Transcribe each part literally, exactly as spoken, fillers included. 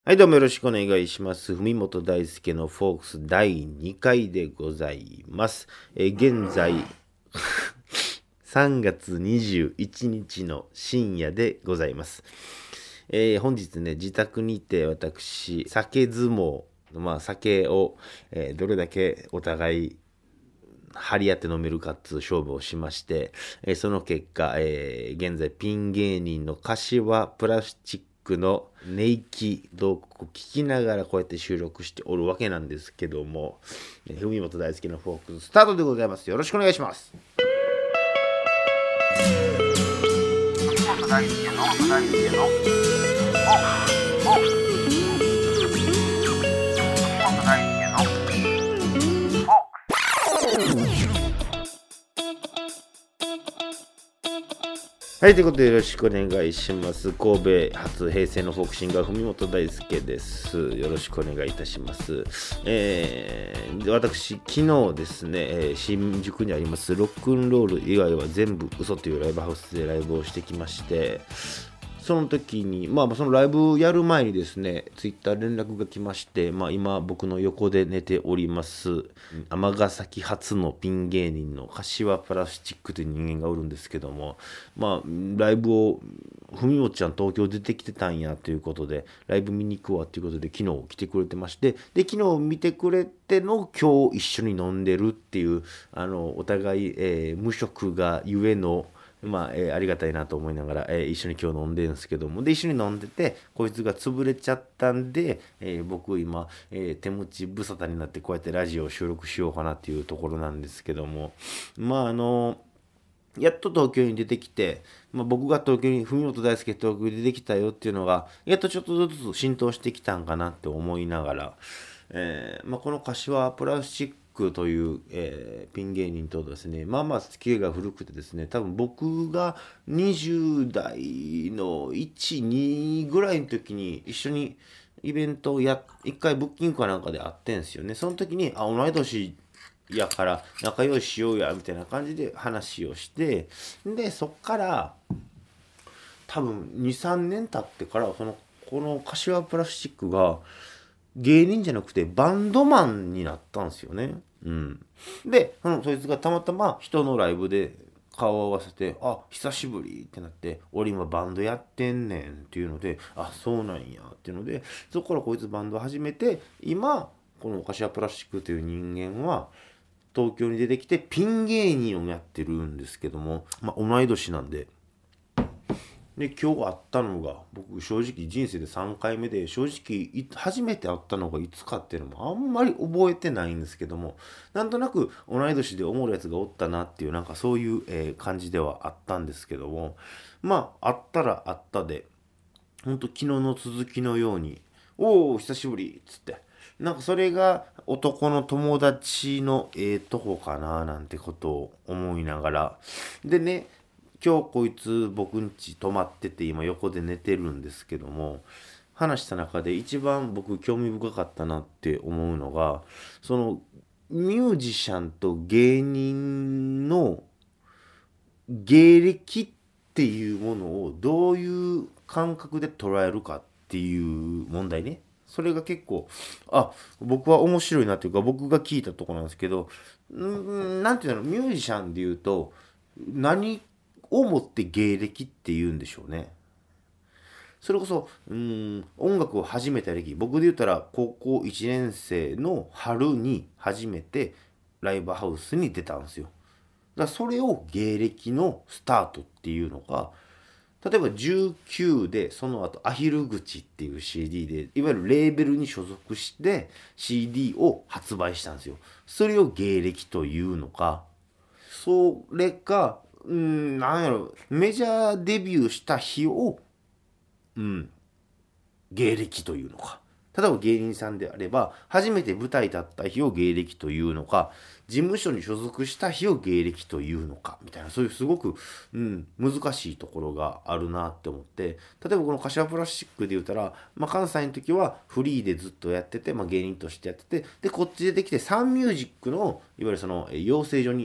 はい、どうもよろしくお願いします。文本大輔のフォークスだいにかいでございます。えー現在、さんがつにじゅういちにちの深夜でございます。えー本日ね、自宅にて私、酒相撲、まあ酒を、えーどれだけお互い張り合って飲めるかっつう勝負をしまして、えーその結果、えー現在ピン芸人の柏プラスチックの寝息を聞きながらこうやって収録しておるわけなんですけども、えー文本大輔のフォークススタートでございます。よろしくお願いします。文本大輔の大輔のおお文本大輔のはい、ということでよろしくお願いします。神戸初平成のフォークシンガー、文本大輔です。よろしくお願いいたします。えー、私、昨日ですね、えー新宿にありますロックンロール以外は全部嘘というライブハウスでライブをしてきまして、その時に、まあ、そのライブやる前にですね、ツイッター連絡が来まして、まあ、今、僕の横で寝ております、尼崎発のピン芸人の柏プラスチックという人間がおるんですけども、まあ、ライブを、ふみおちゃん東京出てきてたんやということで、ライブ見に行くわということで、昨日来てくれてまして、で、昨日見てくれての今日一緒に飲んでるっていう、あの、お互い、えー無職がゆえの、まあ、えーありがたいなと思いながら、えー一緒に今日飲んでるんですけども、で、一緒に飲んでて、こいつが潰れちゃったんで、えー僕今、えー手持ち無沙汰になってこうやってラジオを収録しようかなっていうところなんですけども、まあ、あのやっと東京に出てきて、まあ、僕が東京に、文本大輔東京に出てきたよっていうのが、やっとちょっとずつ浸透してきたんかなって思いながら、えーまあ、この柏プラスチックという、えーピン芸人とですね、まあまあ付き合いが古くてですね、多分僕がにじゅう代のいち、にぐらいの時に一緒にイベントをや、一回ブッキングかなんかで会ってんすよね。その時に、あ、同い年やから仲良いしようやみたいな感じで話をして、でそっから多分にさんねん経ってからそのこの柏プラスチックが芸人じゃなくてバンドマンになったんですよね。うん、でそのそいつがたまたま人のライブで顔を合わせて「あ久しぶり」ってなって「俺今バンドやってんねん」っていうので「あそうなんや」っていうのでそこからこいつバンド始めて今この柏プラスチックという人間は東京に出てきてピン芸人をやってるんですけども、まあ、同い年なんで。で今日会ったのが僕正直人生でさんかいめで正直初めて会ったのがいつかっていうのもあんまり覚えてないんですけども、なんとなく同い年で思うやつがおったなっていうなんかそういう、えー感じではあったんですけども、まあ会ったら会ったでほんと昨日の続きのように「おお久しぶり」っつってなんかそれが男の友達のええとこかななんてことを思いながらでね、今日こいつ僕ん家泊まってて今横で寝てるんですけども、話した中で一番僕興味深かったなって思うのが、そのミュージシャンと芸人の芸歴っていうものをどういう感覚で捉えるかっていう問題ね。それが結構、あ、僕は面白いなというか、僕が聞いたところなんですけど、んなんていうの、ミュージシャンで言うと、何をもって芸歴って言うんでしょうね。それこそ、うん、音楽を始めた歴、僕で言ったら高校いちねん生の春に初めてライブハウスに出たんですよ。だからそれを芸歴のスタートっていうのが、例えばじゅうきゅうでその後アヒル口っていう シーディー でいわゆるレーベルに所属して シーディー を発売したんですよ。それを芸歴というのか、それかうんなんやろ、メジャーデビューした日をうん芸歴というのか、例えば芸人さんであれば初めて舞台立った日を芸歴というのか、事務所に所属した日を芸歴というのかみたいな、そういうすごく、うん、難しいところがあるなって思って、例えばこの柏プラスチックで言ったら、まあ、関西の時はフリーでずっとやってて、まあ、芸人としてやってて、でこっち出てきてサンミュージックのいわゆるその養成所に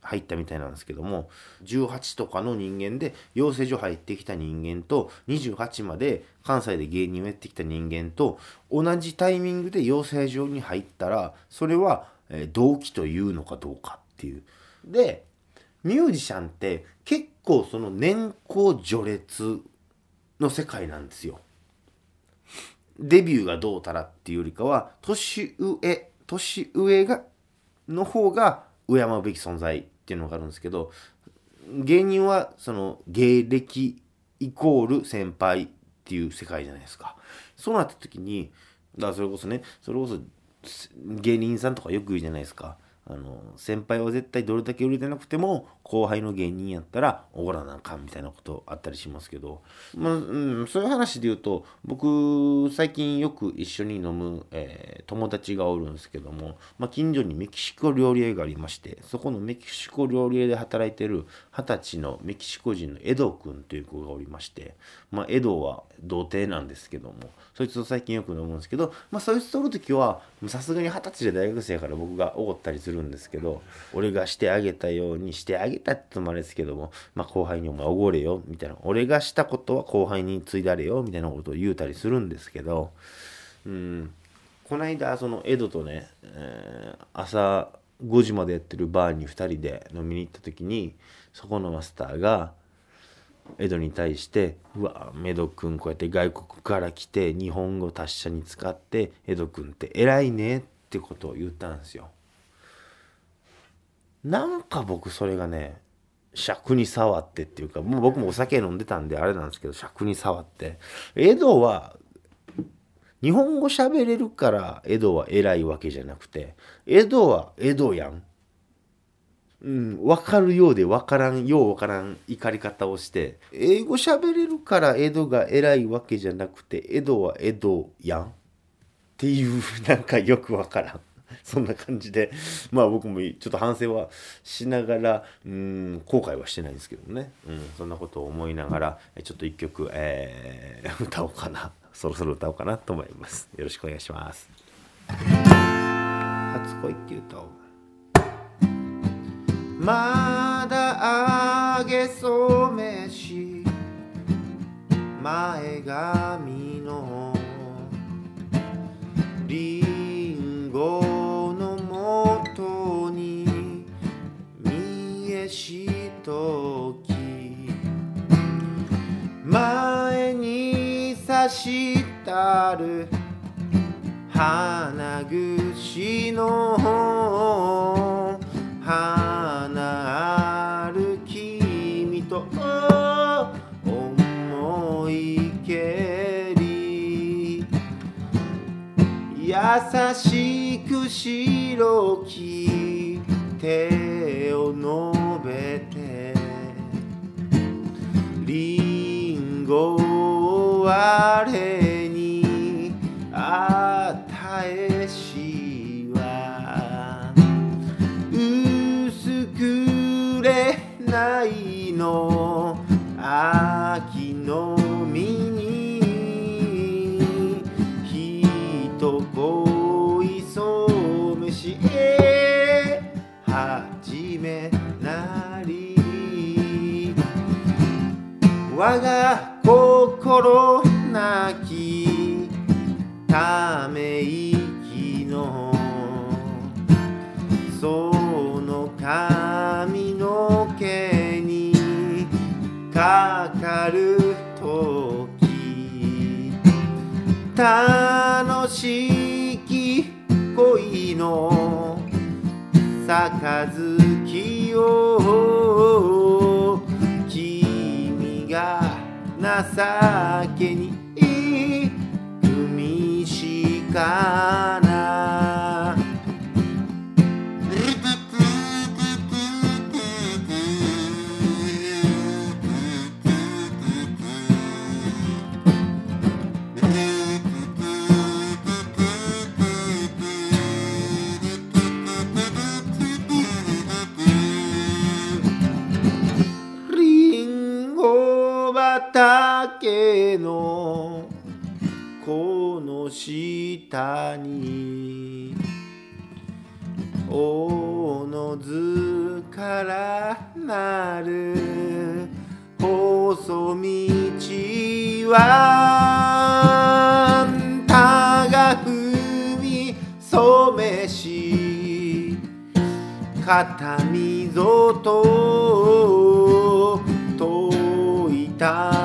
入ったみたいなんですけども、じゅうはちとかの人間で養成所入ってきた人間とにじゅうはちまで関西で芸人をやってきた人間と同じタイミングで養成所に入ったら、それは同期というのかどうかっていう。でミュージシャンって結構その年功序列の世界なんですよ。デビューがどうたらっていうよりかは、年上年上がの方が敬うべき存在っていうのがあるんですけど、芸人はその芸歴イコール先輩っていう世界じゃないですか。そうなった時に、だからそれこそね、それこそ芸人さんとかよく言うじゃないですか。あの先輩は絶対どれだけ売れてなくても後輩の芸人やったらおごらなあかんみたいなことあったりしますけど、まあうん、そういう話で言うと、僕最近よく一緒に飲む、えー友達がおるんですけども、まあ、近所にメキシコ料理屋がありまして、そこのメキシコ料理屋で働いてる二十歳のメキシコ人のエド君という子がおりまして、まあ、エドは童貞なんですけども、そいつと最近よく飲むんですけど、まあ、そいつとおる時はさすがに二十歳で大学生やから僕がおごったりするんですけど、俺がしてあげたようにしてあげたって言うとあれですけども、まあ、後輩にお前おごれよみたいな、俺がしたことは後輩に継いだれよみたいなことを言うたりするんですけど、うんこの間そのエドとね、えー朝ごじまでやってるバーにふたりで飲みに行った時に、そこのマスターがエドに対して「うわメド君こうやって外国から来て日本語達者に使ってエド君って偉いね」ってことを言ったんですよ。なんか僕それがね尺に触ってっていうか、もう僕もお酒飲んでたんであれなんですけど、尺に触って、エドは日本語喋れるからエドは偉いわけじゃなくて、エドはエドやん。うん、分かるようで分からんよう分からん怒り方をして、英語喋れるからエドが偉いわけじゃなくて、エドはエドやんっていう、なんかよく分からん。そんな感じで、まあ僕もちょっと反省はしながら、うん、後悔はしてないんですけどね。うん、そんなことを思いながら、ちょっと一曲、えー、歌おうかな。そろそろ歌おうかなと思います。よろしくお願いします。初恋っていう歌を。まだあげそめし前髪のリンゴのもとに見えしとき、前に差したる花串の花ある君と思いけり、優しく白き手を伸べて、リンゴを我に与えしは薄くれないの秋の実に人恋そうめしへ始めなり、我が心なきため息のその髪の毛にかかるとき、楽しき恋の杯を君が情けに踏みしかな。リンゴ畑のこの下におのずからなる細道はたが踏み染めし片溝と解いた